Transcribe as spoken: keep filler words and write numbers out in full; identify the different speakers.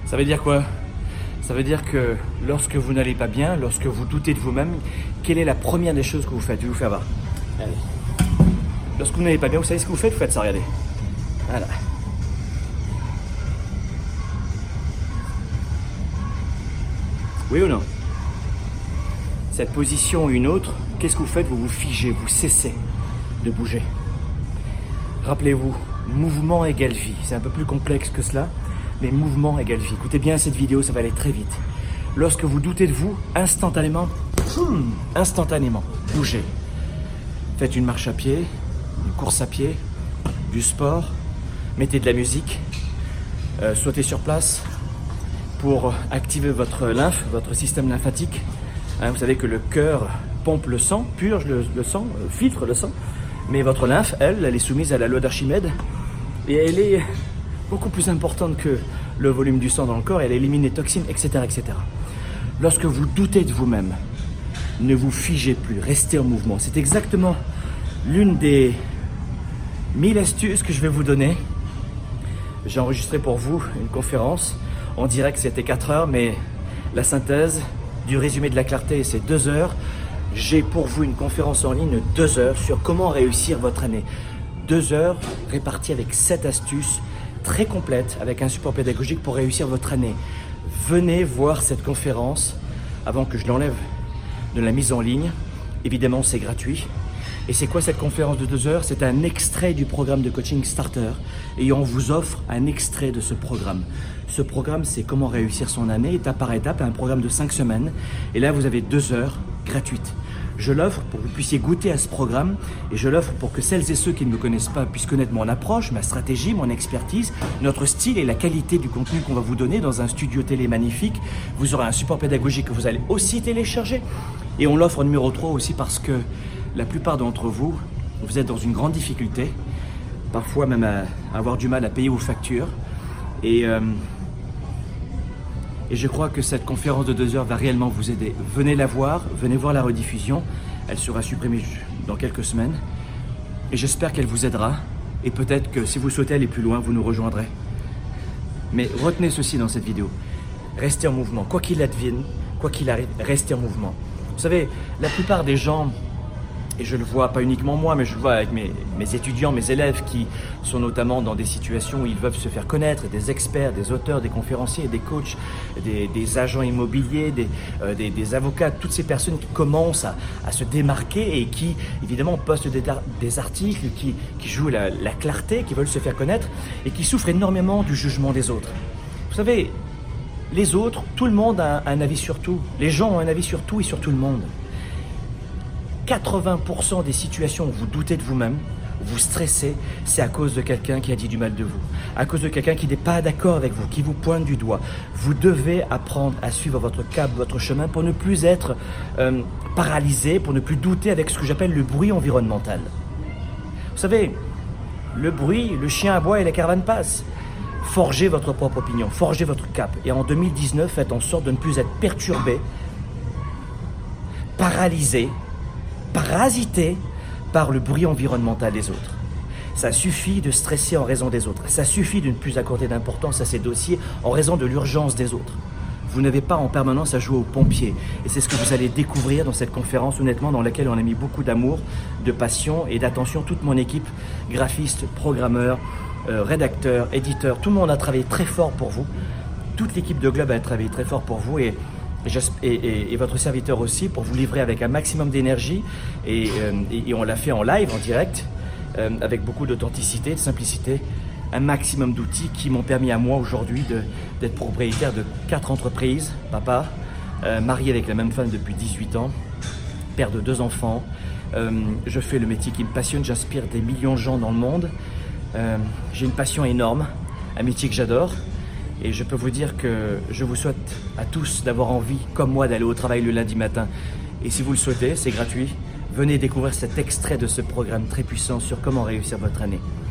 Speaker 1: Ça veut dire quoi? Ça veut dire que lorsque vous n'allez pas bien, lorsque vous doutez de vous-même, quelle est la première des choses que vous faites? Je vais vous faire voir. Allez. Lorsque vous n'allez pas bien, vous savez ce que vous faites? Vous faites ça, regardez. Voilà. Oui ou non? Cette position ou une autre, qu'est-ce que vous faites? Vous vous figez, vous cessez de bouger. Rappelez-vous, mouvement égale vie. C'est un peu plus complexe que cela, mais mouvement égale vie. Écoutez bien cette vidéo, ça va aller très vite. Lorsque vous doutez de vous, instantanément, boum, instantanément, bougez. Faites une marche à pied, une course à pied, du sport, mettez de la musique, euh, sautez sur place pour activer votre lymphe, votre système lymphatique. Hein, vous savez que le cœur pompe le sang, purge le, le sang, euh, filtre le sang, mais votre lymphe, elle, elle est soumise à la loi d'Archimède et elle est beaucoup plus importante que le volume du sang dans le corps, elle élimine les toxines, et cetera, et cetera. Lorsque vous doutez de vous-même, ne vous figez plus, restez en mouvement. C'est exactement l'une des mille astuces que je vais vous donner. J'ai enregistré pour vous une conférence. En direct, c'était quatre heures, mais la synthèse du résumé de la clarté, c'est deux heures. J'ai pour vous une conférence en ligne de deux heures sur comment réussir votre année. Deux heures réparties avec sept astuces très complètes, avec un support pédagogique pour réussir votre année. Venez voir cette conférence avant que je l'enlève de la mise en ligne. Évidemment, c'est gratuit. Et c'est quoi cette conférence de deux heures? C'est un extrait du programme de coaching Starter et on vous offre un extrait de ce programme. Ce programme, c'est comment réussir son année, étape par étape, un programme de cinq semaines. Et là, vous avez deux heures gratuites. Je l'offre pour que vous puissiez goûter à ce programme et je l'offre pour que celles et ceux qui ne me connaissent pas puissent connaître mon approche, ma stratégie, mon expertise, notre style et la qualité du contenu qu'on va vous donner dans un studio télé magnifique. Vous aurez un support pédagogique que vous allez aussi télécharger. Et on l'offre en numéro trois aussi parce que la plupart d'entre vous, vous êtes dans une grande difficulté, parfois même à avoir du mal à payer vos factures. Et, euh, et je crois que cette conférence de deux heures va réellement vous aider. Venez la voir, venez voir la rediffusion. Elle sera supprimée dans quelques semaines. Et j'espère qu'elle vous aidera. Et peut-être que si vous souhaitez aller plus loin, vous nous rejoindrez. Mais retenez ceci dans cette vidéo. Restez en mouvement. Quoi qu'il advienne, quoi qu'il arrive, restez en mouvement. Vous savez, la plupart des gens... Et je le vois, pas uniquement moi, mais je le vois avec mes, mes étudiants, mes élèves qui sont notamment dans des situations où ils veulent se faire connaître, des experts, des auteurs, des conférenciers, des coachs, des, des agents immobiliers, des, euh, des, des avocats, toutes ces personnes qui commencent à, à se démarquer et qui, évidemment, postent des, des articles, qui, qui jouent la, la clarté, qui veulent se faire connaître et qui souffrent énormément du jugement des autres. Vous savez, les autres, tout le monde a un avis sur tout. Les gens ont un avis sur tout et sur tout le monde. quatre-vingts pour cent des situations où vous doutez de vous-même, vous stressez, c'est à cause de quelqu'un qui a dit du mal de vous, à cause de quelqu'un qui n'est pas d'accord avec vous, qui vous pointe du doigt. Vous devez apprendre à suivre votre cap, votre chemin pour ne plus être euh, paralysé, pour ne plus douter avec ce que j'appelle le bruit environnemental. Vous savez, le bruit, le chien aboie et la caravane passe. Forgez votre propre opinion, forgez votre cap. Et en deux mille dix-neuf, faites en sorte de ne plus être perturbé, paralysé, parasité par le bruit environnemental des autres. Ça suffit de stresser en raison des autres. Ça suffit de ne plus accorder d'importance à ces dossiers en raison de l'urgence des autres. Vous n'avez pas en permanence à jouer aux pompiers. Et c'est ce que vous allez découvrir dans cette conférence, honnêtement, dans laquelle on a mis beaucoup d'amour, de passion et d'attention. Toute mon équipe, graphistes, programmeurs, euh, rédacteurs, éditeurs, tout le monde a travaillé très fort pour vous. Toute l'équipe de Globe a travaillé très fort pour vous et Et, et, et votre serviteur aussi pour vous livrer avec un maximum d'énergie et, euh, et, et on l'a fait en live, en direct, euh, avec beaucoup d'authenticité, de simplicité, un maximum d'outils qui m'ont permis à moi aujourd'hui d'être propriétaire de quatre entreprises, papa, euh, marié avec la même femme depuis dix-huit ans, père de deux enfants, euh, je fais le métier qui me passionne, j'inspire des millions de gens dans le monde, euh, j'ai une passion énorme, un métier que j'adore. Et je peux vous dire que je vous souhaite à tous d'avoir envie, comme moi, d'aller au travail le lundi matin. Et si vous le souhaitez, c'est gratuit. Venez découvrir cet extrait de ce programme très puissant sur comment réussir votre année.